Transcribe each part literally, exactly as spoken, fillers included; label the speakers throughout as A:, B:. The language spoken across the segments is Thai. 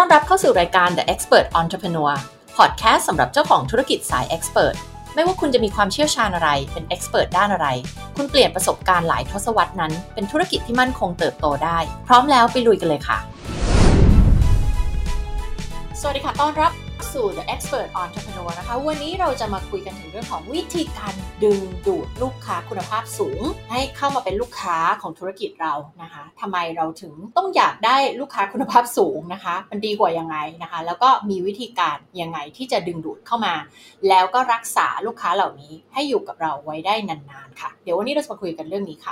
A: อนรับเข้าสู่รายการ The Expert Entrepreneur Podcast สำหรับเจ้าของธุรกิจสาย Expert ไม่ว่าคุณจะมีความเชี่ยวชาญอะไรเป็น Expert ด้านอะไรคุณเปลี่ยนประสบการณ์หลายทศวรรษนั้นเป็นธุรกิจที่มั่นคงเติบโตได้พร้อมแล้วไปลุยกันเลยค่ะสวัสดีค่ะต้อนรับสู่ The Expert Entrepreneur นะคะวันนี้เราจะมาคุยกันถึงเรื่องของวิธีการดึงดูดลูกค้าคุณภาพสูงให้เข้ามาเป็นลูกค้าของธุรกิจเรานะคะทำไมเราถึงต้องอยากได้ลูกค้าคุณภาพสูงนะคะมันดีกว่ายังไงนะคะแล้วก็มีวิธีการยังไงที่จะดึงดูดเข้ามาแล้วก็รักษาลูกค้าเหล่านี้ให้อยู่กับเราไว้ได้นานๆค่ะเดี๋ยววันนี้เราจะมาคุยกันเรื่องนี้ค่ะ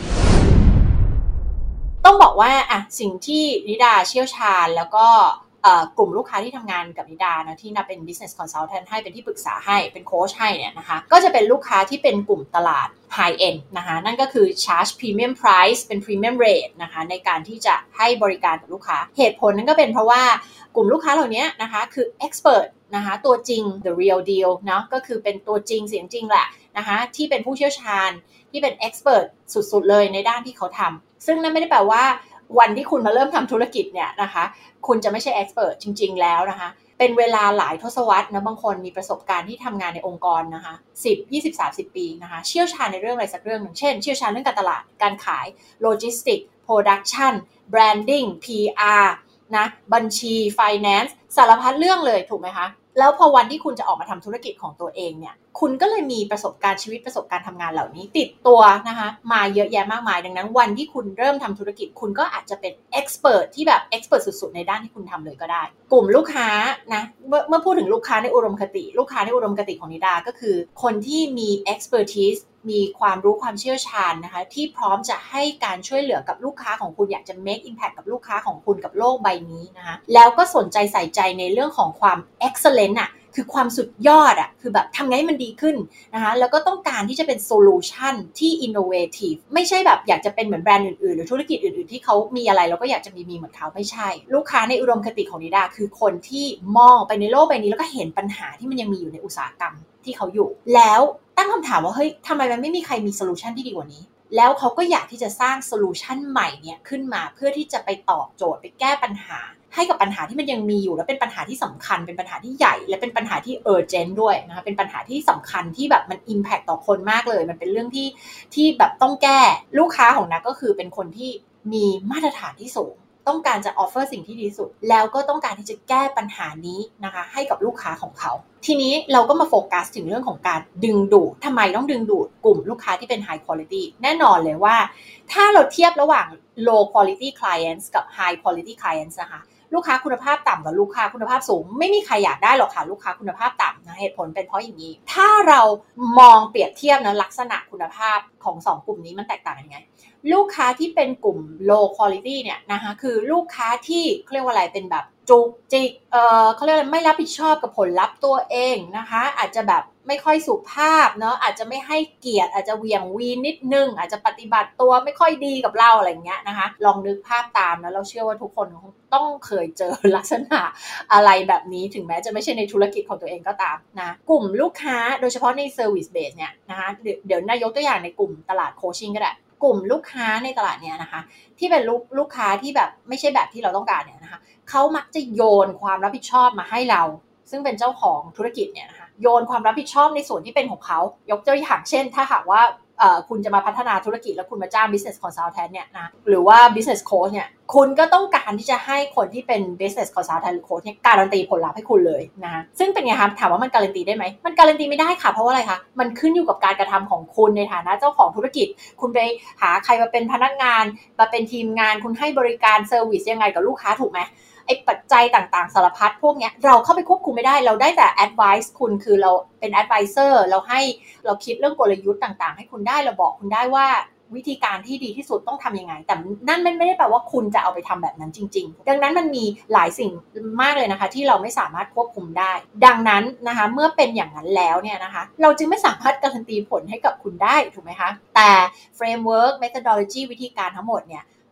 A: ต้องบอกว่าอะสิ่งที่นิดาเชี่ยวชาญแล้วก็กลุ่มลูกค้าที่ทำงานกับนิดานะที่นาเป็น business consultant ให้เป็นที่ปรึกษาให้เป็นโค้ชให้เนี่ยนะคะก็จะเป็นลูกค้าที่เป็นกลุ่มตลาด high end นะคะนั่นก็คือ charge premium price เป็น premium rate นะคะในการที่จะให้บริการกับลูกค้าเหตุผลนั้นก็เป็นเพราะว่ากลุ่มลูกค้าเหล่านี้นะคะคือ expert นะคะตัวจริง the real deal เนาะก็คือเป็นตัวจริงเสียงจริงแหละนะคะที่เป็นผู้เชี่ยวชาญที่เป็น expert สุดๆเลยในด้านที่เขาทำซึ่งนั่นไม่ได้แปลว่าวันที่คุณมาเริ่มทำธุรกิจเนี่ยนะคะคุณจะไม่ใช่ expert จริงๆแล้วนะคะเป็นเวลาหลายทศวรรษนะบางคนมีประสบการณ์ที่ทำงานในองค์กรนะคะสิบ ยี่สิบ สามสิบปีนะคะเชี่ยวชาญในเรื่องอะไรสักเรื่องนึงเช่นเชี่ยวชาญเรื่องการตลาดการขายโลจิสติกส์โปรดักชั่นแบรนดิ้ง พี อาร์ นะบัญชีไฟแนนซ์สารพัดเรื่องเลยถูกไหมคะแล้วพอวันที่คุณจะออกมาทำธุรกิจของตัวเองเนี่ยคุณก็เลยมีประสบการณ์ชีวิตประสบการณ์ทำงานเหล่านี้ติดตัวนะคะมาเยอะแยะมากมายดังนั้นวันที่คุณเริ่มทำธุรกิจคุณก็อาจจะเป็นเอ็กซ์เพรสที่แบบเอ็กซ์เพรสสุดๆในด้านที่คุณทำเลยก็ได้กลุ่มลูกค้านะเมื่อเมื่อพูดถึงลูกค้าในอุดมคติลูกค้าในอุดมคติของนิดาก็คือคนที่มี expertise มีความรู้ความเชี่ยวชาญนะคะที่พร้อมจะให้การช่วยเหลือกับลูกค้าของคุณอยากจะ make impact กับลูกค้าของคุณกับโลกใบนี้นะคะแล้วก็สนใจใส่ใจในเรื่องของความ excellent อะคือความสุดยอดอะคือแบบทำไงให้มันดีขึ้นนะคะแล้วก็ต้องการที่จะเป็นโซลูชันที่ innovative ไม่ใช่แบบอยากจะเป็นเหมือนแบรนด์อื่นๆหรือธุรกิจอื่นๆที่เขามีอะไรเราก็อยากจะมีมีเหมือนเขาไม่ใช่ลูกค้าในอุดมคติของนิดาคือคนที่มองไปในโลกใบนี้แล้วก็เห็นปัญหาที่มันยังมีอยู่ในอุตสาหกรรมที่เขาอยู่แล้วตั้งคำถามว่าเฮ้ยทำไมมันไม่มีใครมีโซลูชันที่ดีกว่านี้แล้วเขาก็อยากที่จะสร้างโซลูชันใหม่เนี่ยขึ้นมาเพื่อที่จะไปตอบโจทย์ไปแก้ปัญหาให้กับปัญหาที่มันยังมีอยู่และเป็นปัญหาที่สำคัญเป็นปัญหาที่ใหญ่และเป็นปัญหาที่ urgent ด้วยนะคะเป็นปัญหาที่สำคัญที่แบบมัน impact ต่อคนมากเลยมันเป็นเรื่องที่ที่แบบต้องแก้ลูกค้าของนักก็คือเป็นคนที่มีมาตรฐานที่สูงต้องการจะ offer สิ่งที่ดีที่สุดแล้วก็ต้องการที่จะแก้ปัญหานี้นะคะให้กับลูกค้าของเขาทีนี้เราก็มาโฟกัสถึงเรื่องของการดึงดูดทำไมต้องดึงดูดกลุ่มลูกค้าที่เป็น high quality แน่นอนเลยว่าถ้าเราเทียบระหว่าง low quality clients กับ high quality clients นะคะลูกค้าคุณภาพต่ำกับลูกค้าคุณภาพสูงไม่มีใครอยากได้หรอกค่ะลูกค้าคุณภาพต่ำนะเหตุผลเป็นเพราะอย่างนี้ถ้าเรามองเปรียบเทียบนะลักษณะคุณภาพของสองกลุ่มนี้มันแตกต่างกันยังไงลูกค้าที่เป็นกลุ่ม low quality เนี่ยนะคะคือลูกค้าที่เขาเรียกว่าอะไรเป็นแบบจุกจิกเอ่อเขาเรียกอะไรไม่รับผิดชอบกับผลลัพธ์ตัวเองนะคะอาจจะแบบไม่ค่อยสุภาพเนาะอาจจะไม่ให้เกียรติอาจจะเหวี่ยงวีนนิดนึงอาจจะปฏิบัติตัวไม่ค่อยดีกับเราอะไรอย่างเงี้ยนะคะลองนึกภาพตามนะเราเชื่อว่าทุกคนต้องเคยเจอลักษณะอะไรแบบนี้ถึงแม้จะไม่ใช่ในธุรกิจของตัวเองก็ตามนะกลุ่มลูกค้าโดยเฉพาะใน service base เนี่ยนะคะเดี๋ยวนายกตัวอย่างในกลุ่มตลาดโคชชิ่งก็ได้กลุ่มลูกค้าในตลาดเนี้ยนะคะที่เป็นลูกลูกค้าที่แบบไม่ใช่แบบที่เราต้องการเนี่ยนะคะเขามักจะโยนความรับผิดชอบมาให้เราซึ่งเป็นเจ้าของธุรกิจเนี่ยนะคะโยนความรับผิดชอบในส่วนที่เป็นของเขายกตัวอย่างเช่นถ้าหากว่าคุณจะมาพัฒนาธุรกิจแล้วคุณมาจ้าง business consultant เนี่ยนะหรือว่า business coach เนี่ยคุณก็ต้องการที่จะให้คนที่เป็น business consultant หรือ coach เนี่ยการันตีผลลัพธ์ให้คุณเลยนะคะซึ่งเป็นไงคะถามว่ามันการันตีได้ไหมมันการันตีไม่ได้ค่ะเพราะว่าอะไรคะมันขึ้นอยู่กับการกระทำของคุณในฐานะเจ้าของธุรกิจคุณไปหาใครมาเป็นพนักงานมาเป็นทีมงานคุณให้บริการ service ยังไงกับลูกค้าถูกไหมไอ้ปัจจัยต่างๆสารพัดพวกเนี้ยเราเข้าไปควบคุมไม่ได้เราได้แต่ advice คุณคือเราเป็น advisor เราให้เราคิดเรื่องกลยุทธ์ต่างๆให้คุณได้เราบอกคุณได้ว่าวิธีการที่ดีที่สุดต้องทำยังไงแต่นั่นไม่ได้แปลว่าคุณจะเอาไปทำแบบนั้นจริงๆดังนั้นมันมีหลายสิ่งมากเลยนะคะที่เราไม่สามารถควบคุมได้ดังนั้นนะคะเมื่อเป็นอย่างนั้นแล้วเนี่ยนะคะเราจึงไม่สามารถการันตีผลให้กับคุณได้ถูกไหมคะแต่ framework methodology วิธีการทั้งหมดเนี่ย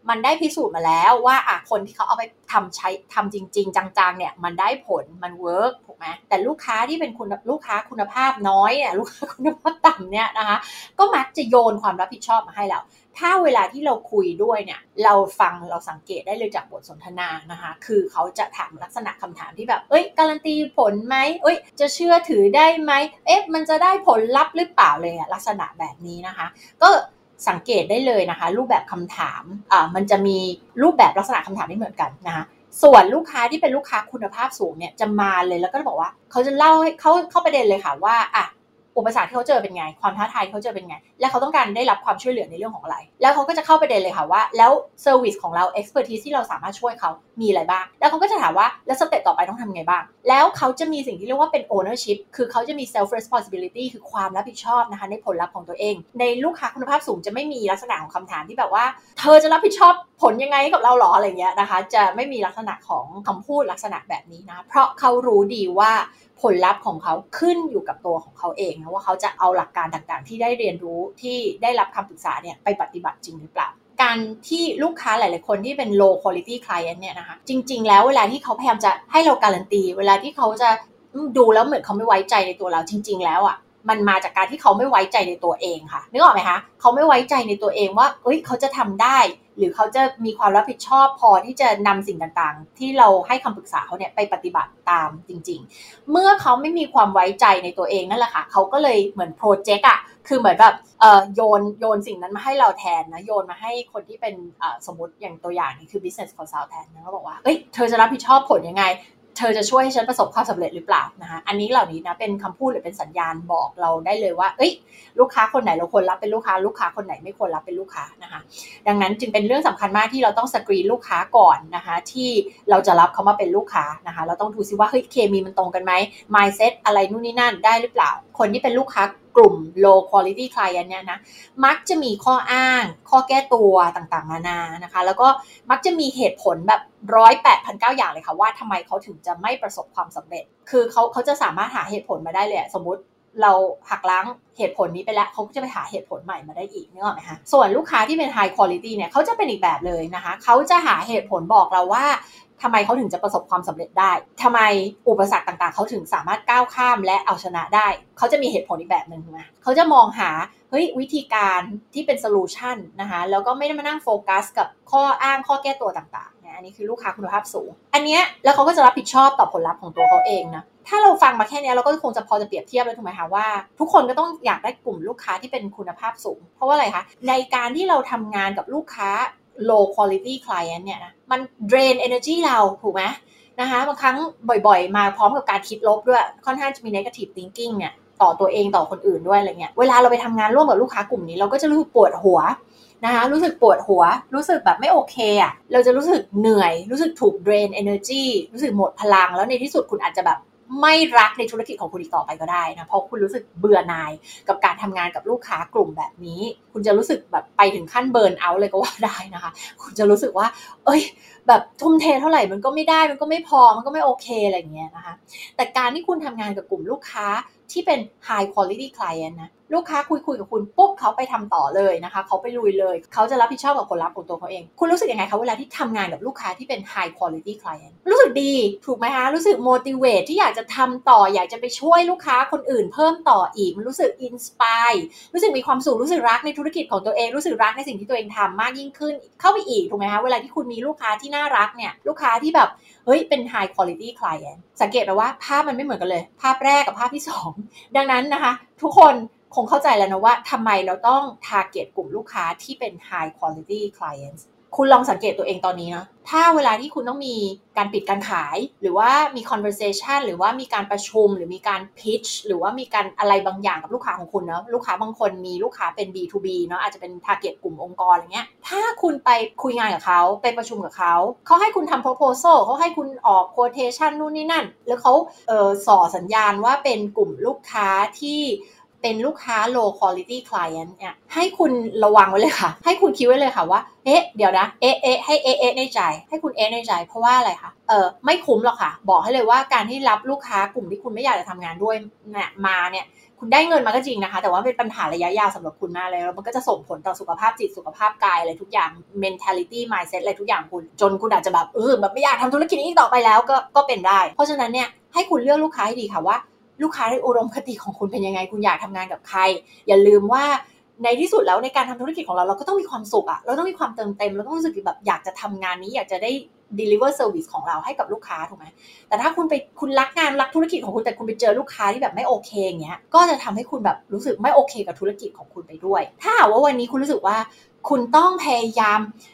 A: มันได้พิสูจน์มาแล้วว่าอ่ะคนที่เขาเอาไปทำใช้ทำจริงๆจังๆเนี่ยมันได้ผลมันเวิร์กถูกไหมแต่ลูกค้าที่เป็นคุณลูกค้าคุณภาพน้อยเนี่ยลูกค้าคุณภาพต่ำเนี่ยนะคะก็มักจะโยนความรับผิดชอบมาให้เราถ้าเวลาที่เราคุยด้วยเนี่ยเราฟังเราสังเกตได้เลยจากบทสนทนานะคะคือเขาจะถามลักษณะคำถามที่แบบเอ้ยการันตีผลไหมเอ้ยจะเชื่อถือได้ไหมเอ๊ะมันจะได้ผลลัพธ์หรือเปล่าเลยอะลักษณะแบบนี้นะคะก็สังเกตได้เลยนะคะรูปแบบคำถามอ่ามันจะมีรูปแบบลักษณะคำถามไม่เหมือนกันนะคะส่วนลูกค้าที่เป็นลูกค้าคุณภาพสูงเนี่ยจะมาเลยแล้วก็จะบอกว่าเขาจะเล่าให้เขาเข้าประเด็นเลยค่ะว่าอ่ะอุปสรรคที่เขาเจอเป็นไงความท้าทายที่เขาเจอเป็นไงและเขาต้องการได้รับความช่วยเหลือในเรื่องของอะไรแล้วเขาก็จะเข้าประเด็นเลยค่ะว่าแล้วเซอร์วิสของเรา expertise ที่เราสามารถช่วยเขามีอะไรบ้างแล้วเขาก็จะถามว่าแล้วสเต็ปต่อไปต้องทำไงบ้างแล้วเขาจะมีสิ่งที่เรียกว่าเป็น ownership คือเขาจะมี self responsibility คือความรับผิดชอบนะคะในผลลัพธ์ของตัวเองในลูกค้าคุณภาพสูงจะไม่มีลักษณะของคำถามที่แบบว่าเธอจะรับผิดชอบผลยังไงให้กับเราหรออะไรเงี้ยนะคะจะไม่มีลักษณะของคำพูดลักษณะแบบนี้นะเพราะเขารู้ดีว่าผลลัพธ์ของเขาขึ้นอยู่กับตัวของเขาเองนะว่าเขาจะเอาหลักการต่างๆที่ได้เรียนรู้ที่ได้รับคำปรึกษาเนี่ยไปปฏิบัติจริงหรือเปล่าการที่ลูกค้าหลายๆคนที่เป็น low quality client เนี่ยนะคะจริงๆแล้วเวลาที่เขาพยายามจะให้เราการันตีเวลาที่เขาจะดูแล้วเหมือนเขาไม่ไว้ใจในตัวเราจริงๆแล้วอ่ะมันมาจากการที่เขาไม่ไว้ใจในตัวเองค่ะนึกออกไหมคะเขาไม่ไว้ใจในตัวเองว่าเอ้ยเขาจะทำได้หรือเขาจะมีความรับผิดชอบพอที่จะนำสิ่งต่างๆที่เราให้คำปรึกษาเขาเนี่ยไปปฏิบัติตามจริงๆเมื่อเขาไม่มีความไว้ใจในตัวเองนั่นแหละค่ะเขาก็เลยเหมือนโปรเจกต์อ่ะคือเหมือนแบบเอ่อโยนโยนสิ่งนั้นมาให้เราแทนนะโยนมาให้คนที่เป็นสมมติอย่างตัวอย่างนี้คือ business consultant นะเขาบอกว่าเอ้ยเธอจะรับผิดชอบผลยังไงเธอจะช่วยให้ฉันประสบความสำเร็จหรือเปล่านะคะอันนี้เหล่านี้นะเป็นคำพูดหรือเป็นสัญญาณบอกเราได้เลยว่าเอ้ยลูกค้าคนไหนเราควรรับเป็นลูกค้าลูกค้าคนไหนไม่ควรรับเป็นลูกค้านะคะดังนั้นจึงเป็นเรื่องสำคัญมากที่เราต้องสกรีนลูกค้าก่อนนะคะที่เราจะรับเขามาเป็นลูกค้านะคะเราต้องดูซิว่าเฮ้ยเคมีมันตรงกันไหม mindset อะไรนู่นนี่นั่นได้หรือเปล่าคนที่เป็นลูกค้ากลุ่ม low quality client เนี่ยนะมักจะมีข้ออ้างข้อแก้ตัวต่างๆนานานะคะแล้วก็มักจะมีเหตุผลแบบร้อยแปดพันเก้าอย่างเลยค่ะว่าทำไมเขาถึงจะไม่ประสบความสำเร็จคือเขาเขาจะสามารถหาเหตุผลมาได้เลยสมมุติเราหักล้างเหตุผลนี้ไปแล้วเขาจะไปหาเหตุผลใหม่มาได้อีกนึกออกไหมคะส่วนลูกค้าที่เป็น high quality เนี่ยเขาจะเป็นอีกแบบเลยนะคะเขาจะหาเหตุผลบอกเราว่าทำไมเขาถึงจะประสบความสำเร็จได้ทำไมอุปสรรคต่างๆเขาถึงสามารถก้าวข้ามและเอาชนะได้เขาจะมีเหตุผลอีกแบบนึงนะเขาจะมองหาเฮ้ยวิธีการที่เป็นโซลูชันนะคะแล้วก็ไม่ได้มานั่งโฟกัสกับข้ออ้างข้อแก้ตัวต่างๆนะอันนี้คือลูกค้าคุณภาพสูงอันเนี้ยแล้วเขาก็จะรับผิดชอบต่อผลลัพธ์ของตัวเขาเองนะถ้าเราฟังมาแค่นี้เราก็คงจะพอจะเปรียบเทียบแล้วถูกไหมคะว่าทุกคนก็ต้องอยากได้กลุ่มลูกค้าที่เป็นคุณภาพสูงเพราะว่าอะไรคะในการที่เราทำงานกับลูกค้า low quality client เนี่ยนะมัน drain energy เราถูกไหมนะคะบางครั้งบ่อยๆมาพร้อมกับการคิดลบด้วยค่อนข้างจะมี negative thinking เนี่ยต่อตัวเองต่อคนอื่นด้วยอะไรเงี้ยเวลาเราไปทำงานร่วมกับลูกค้ากลุ่มนี้เราก็จะรู้สึกปวดหัวนะคะรู้สึกปวดหัวรู้สึกแบบไม่โอเคอ่ะเราจะรู้สึกเหนื่อยรู้สึกถูก drain energy รู้สึกหมดพลังแล้วในที่สุดคุณอาจจะแบบไม่รักในธุรกิจของคุณอีกต่อไปก็ได้นะเพราะคุณรู้สึกเบื่อหน่ายกับการทำงานกับลูกค้ากลุ่มแบบนี้คุณจะรู้สึกแบบไปถึงขั้นเบิร์นเอาท์เลยก็ว่าได้นะคะคุณจะรู้สึกว่าเอ้ยแบบทุ่มเทเท่าไหร่มันก็ไม่ได้มันก็ไม่พอมันก็ไม่โอเคอะไรอย่างเงี้ยนะคะแต่การที่คุณทำงานกับกลุ่มลูกค้าที่เป็น high quality client นะลูกค้าคุยคุยกับคุณปุ๊บเขาไปทำต่อเลยนะคะเขาไปลุยเลยเขาจะรับผิดชอบกับผลลัพธ์ของตัวเขาเองคุณรู้สึกยังไงคะเวลาที่ทำงานกับลูกค้าที่เป็น high quality client รู้สึกดีถูกไหมคะรู้สึก motivate ที่อยากจะทำต่ออยากจะไปช่วยลูกค้าคนอื่นเพิ่มต่ออีกมันรู้สึก inspire รู้สึกมีความสุขรู้สึกรักในธุรกิจของตัวเองรู้สึกรักในสิ่งที่ตัวเองทำมากยิ่งขึ้นเข้าไปอีกถูกไหมคะเวลาที่คุณมีลูกค้าที่น่ารักเนี่ยลูกค้าที่แบบเฮ้ยเป็น high quality client สังเกตไหมว่าภาพมันไม่เหมือนกันเลยภาพแรกกับภาพที่สองดังนั้นนะคะทุกคนคงเข้าใจแล้วนะว่าทำไมเราต้อง target กลุ่มลูกค้าที่เป็น high quality clients คุณลองสังเกตตัวเองตอนนี้นะถ้าเวลาที่คุณต้องมีการปิดการขายหรือว่ามี conversation หรือว่ามีการประชุมหรือมีการ pitch หรือว่ามีการอะไรบางอย่างกับลูกค้าของคุณเนาะลูกค้าบางคนมีลูกค้าเป็น บี ทู บี เนาะอาจจะเป็น target กลุ่มองค์กรอะไรเงี้ยถ้าคุณไปคุยงานกับเขาไปประชุมกับเขาเขาให้คุณทำ proposal เขาให้คุณออก quotation นู่นนี่นั่นแล้วเขาเอ่อส่อสัญญาณว่าเป็นกลุ่มลูกค้าที่เป็นลูกค้า low quality client เนี่ยให้คุณระวังไว้เลยค่ะให้คุณคิดไว้เลยค่ะว่าเอ๊ะเดี๋ยวนะเอ๊ะเอ๊ะให้เอ๊ะเอ๊ะในใจให้คุณเอ๊ะในใจเพราะว่าอะไรคะเออไม่คุ้มหรอกค่ะบอกให้เลยว่าการที่รับลูกค้ากลุ่มที่คุณไม่อยากจะทำงานด้วยเนี่ยมาเนี่ยคุณได้เงินมาก็จริงนะคะแต่ว่าเป็นปัญหาระยะยาวสำหรับคุณมากเลยแล้วมันก็จะส่งผลต่อสุขภาพจิตสุขภาพกายอะไรทุกอย่าง mentality mindset อะไรทุกอย่างคุณจนคุณอาจจะแบบเออแบบไม่อยากทำธุรกิจนี้ต่อไปแล้วก็ก็เป็นได้เพราะฉะนั้นเนี่ยให้คุณเลือกลูกค้าให้ดีค่ะว่าลูกค้าในอุดมคติของคุณเป็นยังไงคุณอยากทำงานกับใครอย่าลืมว่าในที่สุดแล้วในการทำธุรกิจของเราเราก็ต้องมีความสุขอะเราต้องมีความเติมเต็มเราต้องรู้สึกแบบอยากจะทำงานนี้อยากจะได้ deliver service ของเราให้กับลูกค้าถูกไหมแต่ถ้าคุณไปคุณรักงานรักธุรกิจของคุณแต่คุณไปเจอลูกค้าที่แบบไม่โอเคอย่างเงี้ยก็จะทำให้คุณแบบรู้สึกไม่โอเคกับธุรกิจของคุณไปด้วยถ้าหากว่าวันนี้คุณรู้สึกว่าคุณต้องพยายาม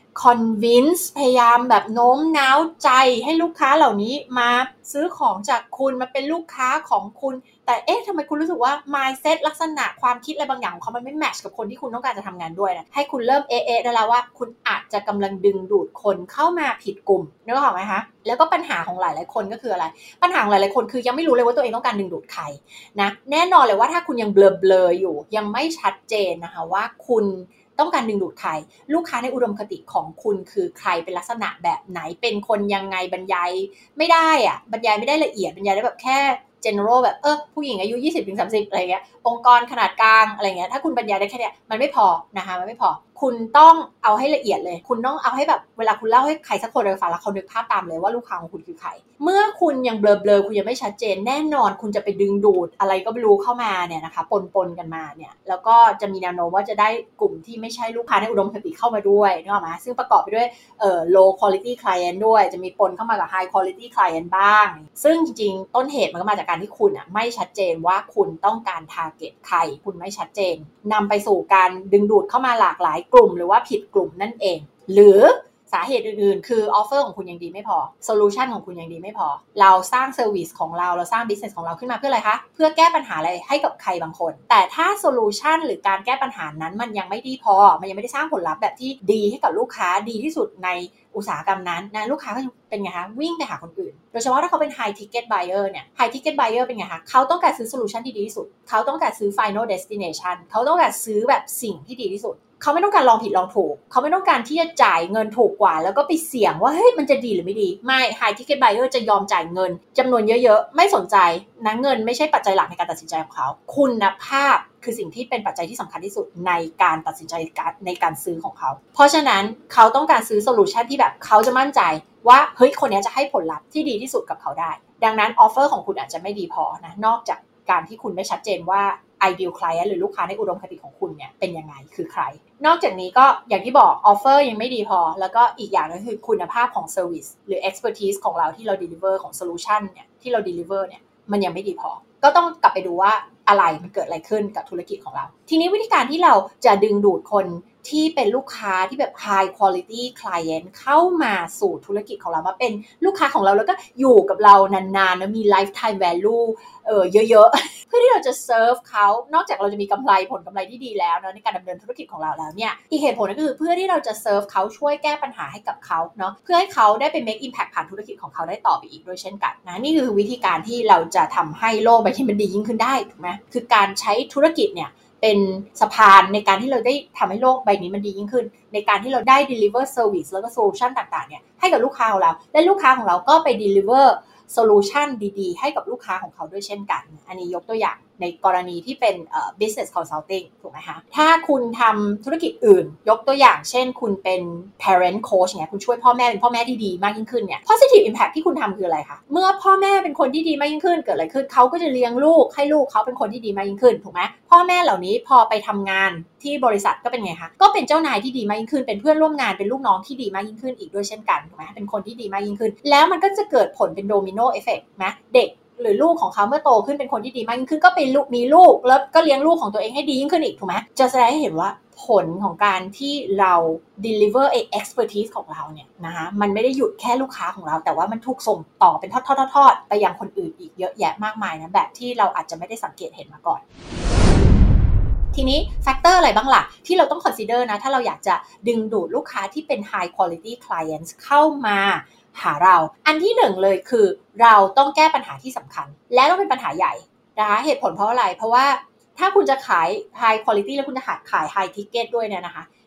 A: convince พยายามแบบโน้มน้าวใจให้ลูกค้าเหล่านี้มาซื้อของจากคุณมาเป็นลูกค้าของคุณแต่เอ๊ะทำไมคุณรู้สึกว่า mindset ลักษณะความคิดอะไรบางอย่างของเขามันไม่แมทช์กับคนที่คุณต้องการจะทำงานด้วยนะให้คุณเริ่มเอ๊ะๆได้แล้วว่าคุณอาจจะกำลังดึงดูดคนเข้ามาผิดกลุ่มนึกออกไหมคะแล้วก็ปัญหาของหลายๆคนก็คืออะไรปัญหาของหลายๆคนคือยังไม่รู้เลยว่าตัวเองต้องการดึงดูดใครนะแน่นอนเลยว่าถ้าคุณยังเบลอๆอยู่ยังไม่ชัดเจนนะคะว่าคุณต้องการดึงดูดใครลูกค้าในอุดมคติของคุณคือใครเป็นลักษณะแบบไหนเป็นคนยังไงบรรยายไม่ได้อะบรรยายไม่ได้ละเอียดบรรยายได้แบบแค่ general แบบเออผู้หญิงอายุ ยี่สิบถึงสามสิบ อะไรเงี้ยองค์กรขนาดกลางอะไรเงี้ยถ้าคุณบรรยายได้แค่เนี้ยมันไม่พอนะคะมันไม่พอคุณต้องเอาให้ละเอียดเลยคุณต้องเอาให้แบบเวลาคุณเล่าให้ใครสักคนฟังแล้วเขานึกภาพตามเลยว่าลูกค้าของคุณคือใครเมื่อคุณยังเบลอๆคุณยังไม่ชัดเจนแน่นอนคุณจะไปดึงดูดอะไรก็ไม่รู้เข้ามาเนี่ยนะคะปนๆกันมาเนี่ยแล้วก็จะมีแนวโน้มว่าจะได้กลุ่มที่ไม่ใช่ลูกค้าในอุดมคติเข้ามาด้วยนึกออกไหมซึ่งประกอบไปด้วยเอ่อ low quality client ด้วยจะมีปนเข้ามากับ high quality client บ้างซึ่งจริงๆต้นเหตุมันก็มาจากการที่คุณอ่ะไม่ชัดเจนว่าคุณต้องการ target ใครคุณไม่ชัดเจนนำไปสู่การดึงดูดเข้ามาหลากหลายกลุ่มหรือว่าผิดกลุ่มนั่นเองหรือสาเหตุอื่นๆคือออฟเฟอร์ของคุณยังดีไม่พอโซลูชันของคุณยังดีไม่พอเราสร้างเซอร์วิสของเราเราสร้างบิสเนสของเราขึ้นมาเพื่ออะไรคะเพื่อแก้ปัญหาอะไรให้กับใครบางคนแต่ถ้าโซลูชันหรือการแก้ปัญหานั้นมันยังไม่ดีพอมันยังไม่ได้สร้างผลลัพธ์แบบที่ดีให้กับลูกค้าดีที่สุดในอุตสาหกรรมนั้นนะลูกค้าก็เป็นไงคะวิ่งไปหาคนอื่นโดยเฉพาะถ้าเขาเป็น high ticket buyer เนี่ย high ticket buyer เป็นไงคะเขาต้องการซื้อโซลูชันที่ดีที่สุดเขาต้องการซื้อ final destination เขาต้องการซื้อแบบสิ่งที่ดีที่สุดเขาไม่ต้องการลองผิดลองถูกเขาไม่ต้องการที่จะจ่ายเงินถูกกว่าแล้วก็ไปเสี่ยงว่าเฮ้ยมันจะดีหรือไม่ดีไม่ high ticket buyer จะยอมจ่ายเงินจำนวนเยอะๆไม่สนใจนะเงินไม่ใช่ปัจจัยหลักในการตัดสินใจของเขาคุณภาพคือสิ่งที่เป็นปัจจัยที่สำคัญที่สุดในการตัดสินใจในการซื้อของเขาเพราะฉะนั้นเขาต้องการซื้อโซลูชันที่แบบเขาจะมั่นใจว่าเฮ้ยคนนี้จะให้ผลลัพธ์ที่ดีที่สุดกับเขาได้ดังนั้นออฟเฟอร์ของคุณอาจจะไม่ดีพอนะนอกจากการที่คุณไม่ชัดเจนว่า ideal client หรือลูกค้าในอุดมคติของคุณเนี่ยเป็นยังไงคือใครนอกจากนี้ก็อย่างที่บอกออฟเฟอร์ยังไม่ดีพอแล้วก็อีกอย่างนึงคือคุณภาพของ service หรือ expertise ของเราที่เรา deliver ของ solution เนี่ยที่เรา deliver เนี่ยมันยังไม่ดีพอก็ต้องกลับไปดูว่าอะไรมันเกิดอะไรขึ้นกับธุรกิจของเราทีนี้วิธีการที่เราจะดึงดูดคนที่เป็นลูกค้าที่แบบ high quality client เข้ามาสู่ธุรกิจของเรามาเป็นลูกค้าของเราแล้วก็อยู่กับเรานานๆนะมี lifetime value เออเยอะๆเพื่อที่เราจะ serve เขานอกจากเราจะมีกำไรผลกำไรที่ดีแล้วเนาะในการดำเนินธุรกิจของเราแล้วเนี่ยอีกเหตุผลก็คือเพื่อที่เราจะ serve เขาช่วยแก้ปัญหาให้กับเขาเนาะเพื่อให้เขาได้ไป make impact ผ่านธุรกิจของเขาได้ต่อไปอีกด้วยเช่นกันนะนี่คือวิธีการที่เราจะทำให้โลกใบนี้มันดียิ่งขึ้นได้ถูกไหมคือการใช้ธุรกิจเนี่ยเป็นสะพานในการที่เราได้ทำให้โลกใบนี้มันดียิ่งขึ้นในการที่เราได้ deliver service แล้วก็ solution ต่างๆเนี่ยให้กับลูกค้าของเราและลูกค้าของเราก็ไป deliver solution ดีๆให้กับลูกค้าของเขาด้วยเช่นกันอันนี้ยกตัวอย่างในกรณีที่เป็น uh, business consulting ถูกไหมคะถ้าคุณทำธุรกิจอื่นยกตัวอย่างเช่นคุณเป็น parent coach เนี่ยคุณช่วยพ่อแม่เป็นพ่อแม่ที่ดีมากยิ่งขึ้นเนี่ย positive impact ที่คุณทำคืออะไรคะเมื่อพ่อแม่เป็นคนที่ดีมากยิ่งขึ้นเกิดอะไรขึ้นเขาก็จะเลี้ยงลูกให้ลูกเขาเป็นคนที่ดีมากยิ่งขึ้นถูกไหมพ่อแม่เหล่านี้พอไปทำงานที่บริษัทก็เป็นไงคะก็เป็นเจ้านายที่ดีมากยิ่งขึ้นเป็นเพื่อนร่วมงานเป็นลูกน้องที่ดีมากยิ่งขึ้นอีกด้วยเช่นกันถูกไหมเป็นคนที่ดีมากยิ่งขึ้นแล้วมันก็จะเกิดผลเป็นโดมิโนเอฟเฟกต์นะเด็กหรือลูกของเขาเมื่อโตขึ้นเป็นคนที่ดีมากยิ่งขึ้นก็เป็นลูกมีลูกแล้วก็เลี้ยงลูกของตัวเองให้ดียิ่งขึ้นอีกถูกไหมจะแสดงให้เห็นว่าผลของการที่เรา deliver a expertise ของเราเนี่ยนะคะมันไม่ได้หยุดแค่ลูกค้าของเราแต่ว่ามันถูกส่งต่อเป็นทอดๆๆไปยังคนอื่นอีกเยอะแยะมากมายนะแบบที่เราอาจจะไม่ได้สังเกตเห็นมาก่อนทีนี้แฟกเตอร์อะไรบ้างล่ะที่เราต้อง consider นะถ้าเราอยากจะดึงดูดลูกค้าที่เป็น high quality clients เข้ามาหาเราอันที่หนึ่งเลยคือเราต้องแก้ปัญหาที่สำคัญและต้องเป็นปัญหาใหญ่นะคะเหตุผลเพราะอะไรเพราะว่าถ้าคุณจะขาย high quality แล้วคุณจะขาย high ticket ด้วยเนี่ยนะคะ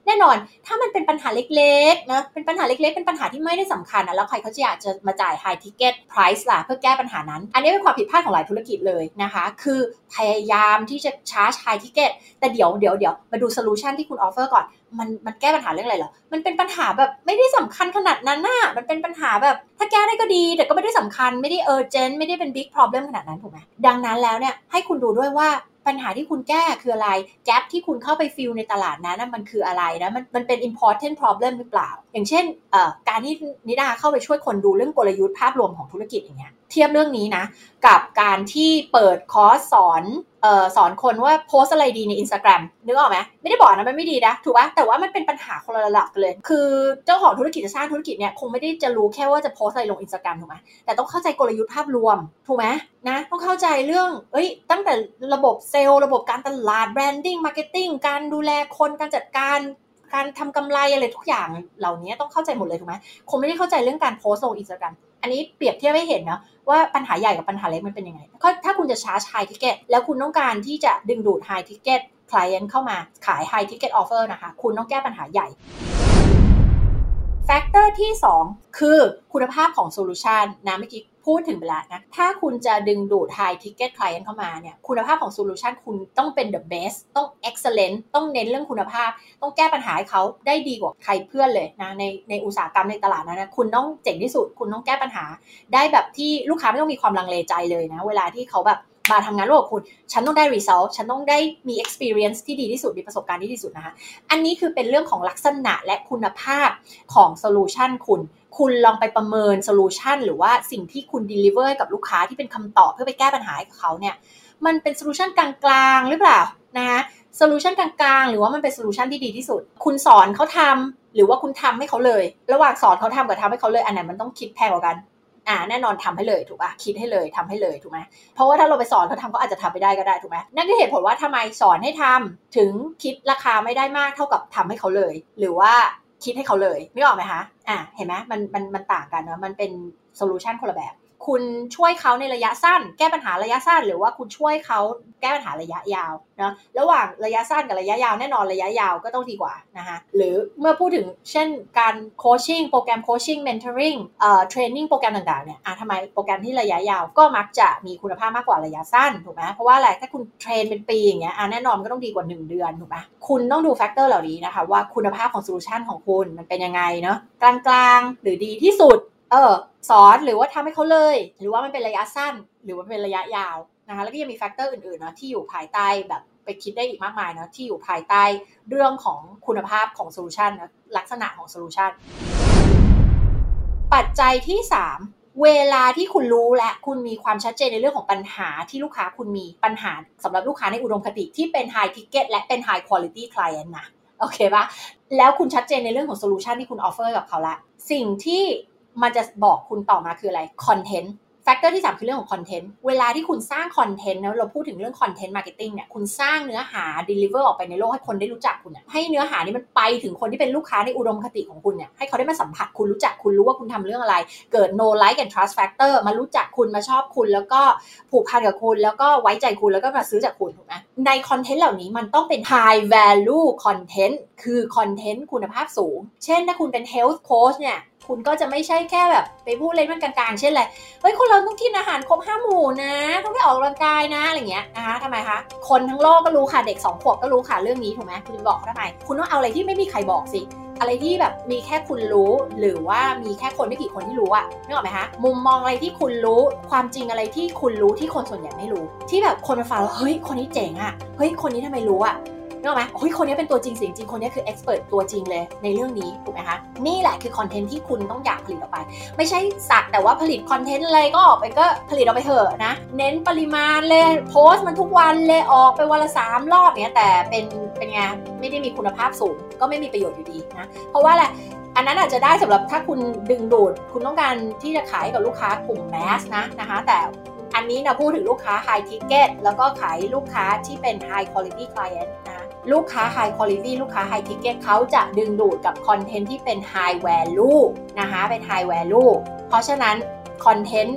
A: แน่นอนถ้ามันเป็นปัญหาเล็กๆนะเป็นปัญหาเล็กๆเป็นปัญหาที่ไม่ได้สำคัญนะแล้วใครเขาจะอยากจะมาจ่าย high ticket price ล่ะเพื่อแก้ปัญหานั้นอันนี้เป็นความผิดพลาดของหลายธุรกิจเลยนะคะคือพยายามที่จะ charge high ticket แต่เดี๋ยวเดี๋ยวเดี๋ยวมาดู solution ที่คุณ offer ก่อนมันมันแก้ปัญหาเรื่องอะไรเหรอมันเป็นปัญหาแบบไม่ได้สำคัญขนาดนั้นน่ะมันเป็นปัญหาแบบถ้าแก้ได้ก็ดีแต่ก็ไม่ได้สำคัญไม่ได้ urgent ไม่ได้เป็น big problem ขนาดนั้นถูกไหมดังนั้นแล้วเนี่ยให้คุณดูด้วยว่าปัญหาที่คุณแก้คืออะไรแกปที่คุณเข้าไปฟิลในตลาดนั้นมันคืออะไรนะมันมันเป็น important problem หรือเปล่าอย่างเช่นการที่นิดาเข้าไปช่วยคนดูเรื่องกลยุทธ์ภาพรวมของธุรกิจอย่างเงี้ยเทียบเรื่องนี้นะกับการที่เปิดคอร์สสอนเอ่อสอนคนว่าโพสอะไรดีใน Instagram นึกออกไหมไม่ได้บอกนะมันไม่ดีนะถูกป่ะแต่ว่ามันเป็นปัญหาคนละระดับเลยคือเจ้าของธุรกิจจะสร้างธุรกิจเนี่ยคงไม่ได้จะรู้แค่ว่าจะโพสอะไรลง Instagram ถูกไหมแต่ต้องเข้าใจกลยุทธ์ภาพรวมถูกไหมนะต้องเข้าใจเรื่องเอ้ยตั้งแต่ระบบเซลล์ระบบการตลาดแบรนดิ้งมาร์เก็ตติ้งการดูแลคนการจัดการการทำกำไรอะไรทุกอย่างเหล่านี้ต้องเข้าใจหมดเลยถูกไหมคงไม่ได้เข้าใจเรื่องการโพสลง Instagram อันนี้เปรียบเทียบให้เห็นนะว่าปัญหาใหญ่กับปัญหาเล็กมันเป็นยังไงถ้าคุณจะชาร์จ high ticket แล้วคุณต้องการที่จะดึงดูด high ticket client เข้ามาขาย high ticket offer นะคะคุณต้องแก้ปัญหาใหญ่แฟกเตอร์ที่สองคือคุณภาพของโซลูชันนะเมื่อกี้พูดถึงไปแล้วนะถ้าคุณจะดึงดูด high ticket client เข้ามาเนี่ยคุณภาพของโซลูชันคุณต้องเป็น the best ต้อง excellent ต้องเน้นเรื่องคุณภาพต้องแก้ปัญหาให้เขาได้ดีกว่าใครเพื่อนเลยนะในในอุตสาหกรรมในตลาดนั้นนะคุณต้องเจ๋งที่สุดคุณต้องแก้ปัญหาได้แบบที่ลูกค้าไม่ต้องมีความลังเลใจเลยนะเวลาที่เขาแบบมาทำงานร่วมกับคุณฉันต้องได้ result ฉันต้องได้มี experience ที่ดีที่สุดมีประสบการณ์ที่ดีที่สุดนะคะอันนี้คือเป็นเรื่องของลักษณะและคุณภาพของ solution คุณคุณลองไปประเมิน solution หรือว่าสิ่งที่คุณ deliver กับลูกค้าที่เป็นคำตอบเพื่อไปแก้ปัญหาให้เขาเนี่ยมันเป็น solution กลางๆหรือเปล่านะคะ solution กลางๆหรือว่ามันเป็น solution ที่ดีที่สุดคุณสอนเขาทำหรือว่าคุณทำให้เขาเลยระหว่างสอนเขาทำกับทำให้เขาเลยอันไหนมันต้องคิดแพงกว่ากันอ่าแน่นอนทำให้เลยถูกป่ะคิดให้เลยทำให้เลยถูกไหมเพราะว่าถ้าเราไปสอนเขาทำเขาอาจจะทำไปได้ก็ได้ถูกไหมนั่นคือเหตุผลว่าทำไมสอนให้ทำถึงคิดราคาไม่ได้มากเท่ากับทำให้เขาเลยหรือว่าคิดให้เขาเลยไม่ออกไหมคะอ่าเห็นไหมมันมันมันต่างกันนะมันเป็นโซลูชันคนละแบบคุณช่วยเขาในระยะสั้นแก้ปัญหาระยะสั้นหรือว่าคุณช่วยเขาแก้ปัญหาระยะยาวนะระหว่างระยะสั้นกับระยะยาวแน่นอนระยะยาวก็ต้องดีกว่านะคะหรือเมื่อพูดถึงเช่นการโคชชิ่งโปรแกรมโคชชิ่งเมนทอริงเอ่อเทรนนิ่งโปรแกรมต่างๆเนี่ยอ่ะทำไมโปรแกรมที่ระยะยาวก็มักจะมีคุณภาพมากกว่าระยะสั้นถูกไหมเพราะว่าอะไรถ้าคุณเทรนเป็นปีอย่างเงี้ยอ่ะแน่นอนก็ต้องดีกว่าหนึ่งเดือนถูกไหมคุณต้องดูแฟกเตอร์เหล่านี้นะคะว่าคุณภาพของโซลูชันของคุณมันเป็นยังไงเนาะกลางๆหรือดีที่สุดเออสอนหรือว่าทำให้เขาเลยหรือว่ามันเป็นระยะสั้นหรือว่าเป็นระยะยาวนะคะแล้วก็ยังมีแฟกเตอร์อื่นๆเนาะที่อยู่ภายใต้แบบไปคิดได้อีกมากมายเนาะที่อยู่ภายใต้เรื่องของคุณภาพของโซลูชันนะลักษณะของโซลูชันปัจจัยที่สามเวลาที่คุณรู้และคุณมีความชัดเจนในเรื่องของปัญหาที่ลูกค้าคุณมีปัญหาสำหรับลูกค้าในอุดมคติที่เป็น high ticket และเป็น high quality client นะโอเคปะแล้วคุณชัดเจนในเรื่องของโซลูชันที่คุณออฟเฟอร์กับเขาละสิ่งที่มันจะบอกคุณต่อมาคืออะไรคอนเทนต์แฟกเตอร์ที่สามคือเรื่องของคอนเทนต์เวลาที่คุณสร้างคอนเทนต์นะเราพูดถึงเรื่องคอนเทนต์มาร์เก็ตติ้งเนี่ยคุณสร้างเนื้อหา deliver ออกไปในโลกให้คนได้รู้จักคุณเนี่ยให้เนื้อหานี้มันไปถึงคนที่เป็นลูกค้าในอุดมคติของคุณเนี่ยให้เขาได้มาสัมผัสคุณรู้จักคุณรู้ว่าคุณทำเรื่องอะไรเกิด no like and trust factor มารู้จักคุณมาชอบคุณแล้วก็ผูกพันกับคุณแล้วก็ไว้ใจคุณแล้วก็มาซื้อจากคุณถูกไหมในคอนเทนต์เหล่านี้มันต้องเป็น high value content คือคอนเทนต์คุณภาพสูงเช่นถ้าคุณเป็น health coach เนี่ยคุณก็จะไม่ใช่แค่แบบไปพูดเล่นมันกลางๆเช่นอะไรเฮ้ยคนเราต้องกินอาหารครบห้าหมู่นะต้องไปออกกำลังกายนะอะไรเงี้ยนะคะทำไมคะคนทั้งโลกก็รู้ค่ะเด็กสองขวบก็รู้ค่ะเรื่องนี้ถูกไหมคุณจะบอกเขาทำไมคุณต้องเอาอะไรที่ไม่มีใครบอกสิอะไรที่แบบมีแค่คุณรู้หรือว่ามีแค่คนไม่กี่คนที่รู้อะนึกออกไหมคะมุมมองอะไรที่คุณรู้ความจริงอะไรที่คุณรู้ที่คนส่วนใหญ่ไม่รู้ที่แบบคนมาฟังแล้วเฮ้ยคนนี้เจ๋งอะเฮ้ยคนนี้ทำไมรู้อะนึกออกไหมเฮ้ยคนนี้เป็นตัวจริงเสียงจริงคนนี้คือเอ็กซ์เพิร์ทตัวจริงเลยในเรื่องนี้ถูกไหมคะนี่แหละคือคอนเทนต์ที่คุณต้องอยากผลิตออกไปไม่ใช่สักแต่ว่าผลิตคอนเทนต์อะไรก็ออกไปก็ผลิตออกไปเถอะนะเน้นปริมาณเลยโพสต์มันทุกวันเลยออกไปวันละสามรอบเนี้ยแต่เป็นเป็นไงไม่ได้มีคุณภาพสูงก็ไม่มีประโยชน์อยู่ดีนะเพราะว่าอะไรอันนั้นอาจจะได้สำหรับถ้าคุณดึงดูดคุณต้องการที่จะขายกับลูกค้ากลุ่มแมสนะนะคะแต่อันนี้นะพูดถึงลูกค้า high ticket แล้วก็ขายลูกค้าที่เป็น high quality client นะลูกค้า high quality ลูกค้า high ticket เขาจะดึงดูดกับคอนเทนต์ที่เป็น high value นะคะเป็น high value เพราะฉะนั้นคอนเทนต์เนี่ย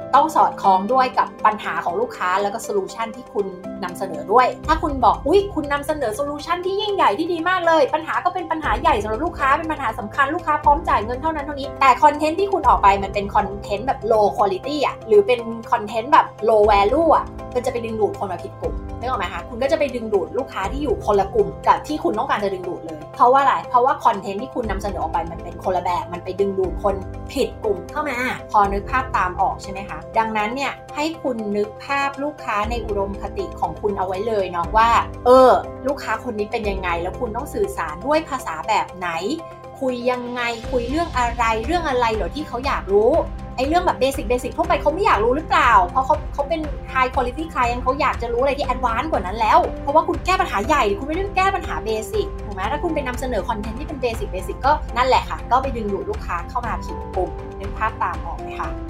A: ต้องสอดคล้องด้วยกับปัญหาของลูกค้าแล้วก็โซลูชันที่คุณนำเสนอด้วยถ้าคุณบอกอุ๊ยคุณนำเสนอโซลูชันที่ยิ่งใหญ่ที่ดีมากเลยปัญหาก็เป็นปัญหาใหญ่สำหรับลูกค้าเป็นปัญหาสำคัญลูกค้าพร้อมจ่ายเงินเท่านั้นเท่านี้แต่คอนเทนต์ที่คุณออกไปมันเป็นคอนเทนต์แบบ low quality อ่ะหรือเป็นคอนเทนต์แบบ low value อ่ะมันจะไปดึงดูดคนมาผิดกลุ่มนึกออกไหมคะคุณก็จะไปดึงดูดลูกค้าที่อยู่คนละกลุ่มกับที่คุณต้องการจะดึงดูดเลยเพราะว่าอะไรเพราะว่าคอนเทนต์ที่คุณนำเสนอออกไปมันเป็นคนละแบบมันไปดึงดูดคนผิดกลุ่มเข้ามาพอนึกภาพตามออกใช่ไหมคะดังนั้นเนี่ยให้คุณนึกภาพลูกค้าในอุดมคติของคุณเอาไว้เลยเนาะว่าเออลูกค้าคนนี้เป็นยังไงแล้วคุณต้องสื่อสารด้วยภาษาแบบไหนคุยยังไงคุยเรื่องอะไรเรื่องอะไรเหรอที่เขาอยากรู้ไอ้เรื่องแบบเบสิกเบสิกทั่วไปเขาไม่อยากรู้หรือเปล่าเพราะเขาเขาเป็น high quality client เขาอยากจะรู้อะไรที่ advanced กว่านั้นแล้วเพราะว่าคุณแก้ปัญหาใหญ่คุณไม่ได้แก้ปัญหาเบสิกถูกไหมถ้าคุณไปนำเสนอคอนเทนต์ที่เป็นเบสิกเบสิกก็นั่นแหละค่ะก็ไปดึงดูดลูกค้าเข้ามาผิดกลุ่มนึกภาพตามออกไหมคะ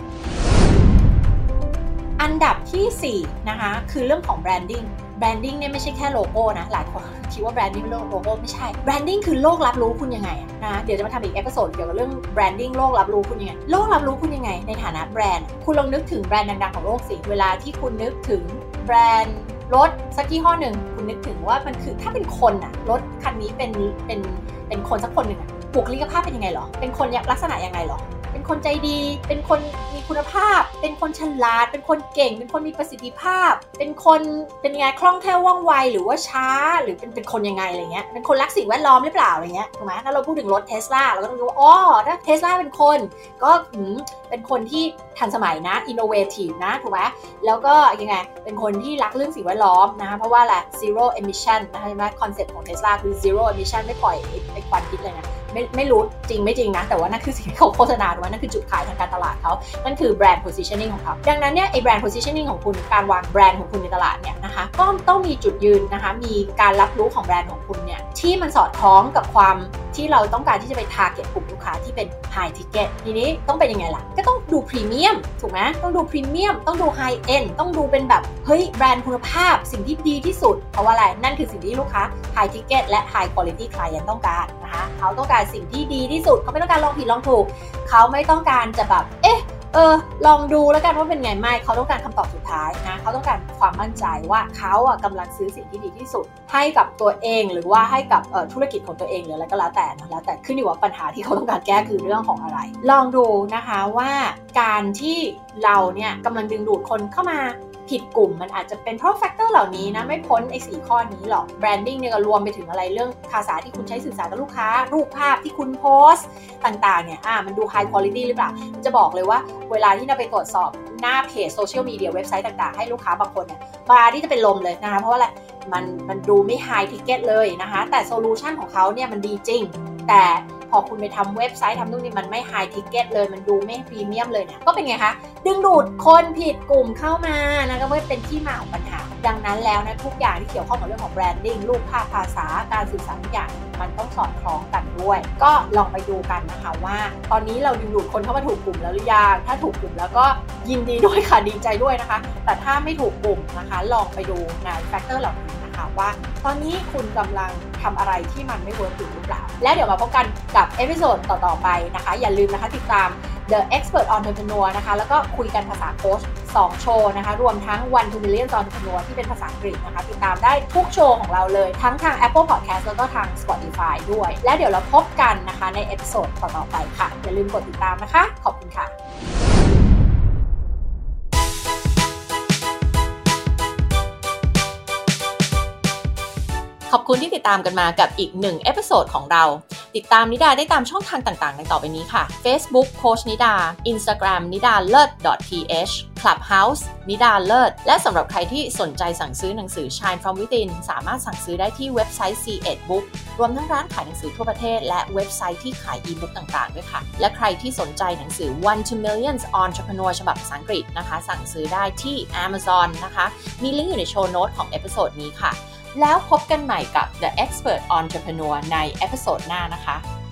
A: อันดับที่สี่นะคะคือเรื่องของ branding branding เนี่ยไม่ใช่แค่โลโก้นะหลายคนคิดว่า branding เป็นเรื่องโลโก้ไม่ใช่ branding คือโลกรับรู้คุณยังไงนะเดี๋ยวจะมาทำอีกเอพิโซดเกี่ยวกับเรื่อง branding โลกรับรู้คุณยังไงโลกรับรู้คุณยังไงในฐานะแบรนด์คุณลองนึกถึงแบรนด์ดังๆของโลกสิเวลาที่คุณนึกถึงแบรนด์รถสักยี่ห้อหนึ่งคุณนึกถึงว่ามันคือถ้าเป็นคนอะรถคันนี้เป็นเป็นเป็นคนสักคนหนึ่งอะบุคลิกภาพเป็นยังไงหรอเป็นคนลักษณะยังไงหรอเป็นคนใจดีเป็นคนมีคุณภาพเป็นคนฉลาดเป็นคนเก่งเป็นคนมีประสิทธิภาพเป็นคนเป็นไงคล่องแคล่วว่องไวหรือว่าช้าหรือเป็นเป็นคนยังไงอะไรเงี้ยเป็นคนรักสิ่งแวดล้อมหรือเปล่าอะไรเงี้ยถูกไหมถ้าเราพูดถึงรถ Tesla เราก็ต้องรู้ว่าอ๋อถ้า Tesla เป็นคนก็เป็นคนที่ทันสมัยนะ innovative นะถูกไหมแล้วก็ยังไงเป็นคนที่รักเรื่องสิ่งแวดล้อมนะเพราะว่าอะไร zero emission นะคะใช่ไหมคอนเซ็ปต์ของ Tesla คือ zero emission ไม่ปล่อยไอ้ควันพิษเลยนะไม่ไม่รู้จริงไม่จริงนะแต่ว่านั่นคือสิ่งที่เขาโฆษณาถูกไหมนั่นคือจุดขายทางการตลาดเขานั่นคือแบรนด์ positioning ของเขาดังนั้นเนี่ยไอ้แบรนด์ positioning ของคุณการวางแบรนด์ของคุณในตลาดเนี่ยนะคะก็ต้องมีจุดยืนนะคะมีการรับรู้ของแบรนด์ของคุณเนี่ยที่มันสอดคล้องกับความที่เราต้องการที่จะไป target กลุ่มลูกค้าที่เป็น high ticket ทีนี้ต้องเป็นยังไงล่ะก็ต้องดู premium ถูกไหมต้องดู premium ต้องดู high end ต้องดูเป็นแบบเฮ้ยแบรนด์คุณภาพสิ่งที่ดีที่สุดเพราะว่าอะไรนั่นคือสิ่งที่ลูกค้า high ticket และ high quality client ต้องการนะคะเขาต้องการสิ่งที่ดีที่สุดเขาไม่ต้องการลองผิดลองถูกเขาไม่ต้องการจะแบบเอ๊ะเออลองดูแล้วกันว่าเป็นไงไม่เขาต้องการคำตอบสุดท้ายนะเขาต้องการความมั่นใจว่าเขาอ่ะกำลังซื้อสิ่งที่ดีที่สุดให้กับตัวเองหรือว่าให้กับธุรกิจของตัวเองหรืออะไรก็แล้วแต่นะแล้วแต่ขึ้นอยู่ว่าปัญหาที่เขาต้องการแก้คือเรื่องของอะไรลองดูนะคะว่าการที่เราเนี่ยกำลังดึงดูดคนเข้ามาผิดกลุ่มมันอาจจะเป็นเพราะแฟกเตอร์เหล่านี้นะไม่พ้นไอ้สี่ข้อนี้หรอกแบรนดิ้งเนี่ยก็รวมไปถึงอะไรเรื่องภาษาที่คุณใช้สื่อสารกับลูกค้ารูปภาพที่คุณโพสต์ต่างๆเนี่ยอ่ามันดู high quality หรือเปล่าจะบอกเลยว่าเวลาที่เราไปตรวจสอบหน้าเพจโซเชียลมีเดียเว็บไซต์ต่างๆให้ลูกค้าบางคนเนี่ยมาที่จะเป็นลมเลยนะคะเพราะว่าอะไรมันมันดูไม่ high ticket เลยนะคะแต่โซลูชันของเขาเนี่ยมันดีจริงแต่พอคุณไปทำเว็บไซต์ทำนู่นนี่มันไม่ไฮทิเก็ตเลยมันดูไม่พรีเมียมเลยเนี่ยก็เป็นไงคะดึงดูดคนผิดกลุ่มเข้ามานะก็เป็นที่มาของปัญหาดังนั้นแล้วนะทุกอย่างที่เกี่ยวข้องกับเรื่องของแบรนดิ้งรูปภาพภาษาการสื่อสารทุกอย่างมันต้องสอดคล้องกันด้วยก็ลองไปดูกันนะคะว่าตอนนี้เราดึงดูดคนเข้ามาถูกกลุ่มแล้วหรือยังถ้าถูกกลุ่มแล้วก็ยินดีด้วยค่ะดีใจด้วยนะคะแต่ถ้าไม่ถูกกลุ่มนะคะลองไปดูในแฟกเตอร์เหล่านี้ว่าตอนนี้คุณกำลังทำอะไรที่มันไม่เวิร์กหรือเปล่าแล้วเดี๋ยวมาพบกันกับเอพิโซดต่อๆไปนะคะอย่าลืมนะคะติดตาม The Expert Entrepreneur นะคะแล้วก็คุยกันภาษาโค้ชสองโชว์นะคะรวมทั้ง One to Million Entrepreneur ที่เป็นภาษาอังกฤษนะคะติดตามได้ทุกโชว์ของเราเลยทั้งทาง Apple Podcast แล้วก็ทาง Spotify ด้วยและเดี๋ยวเราพบกันนะคะในเอพิโซดต่อๆไปค่ะอย่าลืมกดติดตามนะคะขอบคุณค่ะขอบคุณที่ติดตามกันมากับอีกหนึ่งเอพิโซดของเราติดตามนิดาได้ตามช่องทางต่างๆในต่อไปนี้ค่ะ Facebook โค้ชนิดา Instagram นิดาเลิศ .th Clubhouse นิดาเลิศและสำหรับใครที่สนใจสั่งซื้อหนังสือ Shine from Within สามารถสั่งซื้อได้ที่เว็บไซต์ ซี เอ็ด Book รวมทั้งร้านขายหนังสือทั่วประเทศและเว็บไซต์ที่ขายอีบุ๊กต่างๆด้วยค่ะและใครที่สนใจหนังสือ One to Millions Entrepreneur ฉบับภาษาอังกฤษนะคะสั่งซื้อได้ที่ Amazon นะคะมีลิงก์อยู่ในโชว์โน้ตของเอพิโซดนี้ค่ะแล้วพบกันใหม่กับ The Expert Entrepreneur ในเอพิโซดหน้านะคะ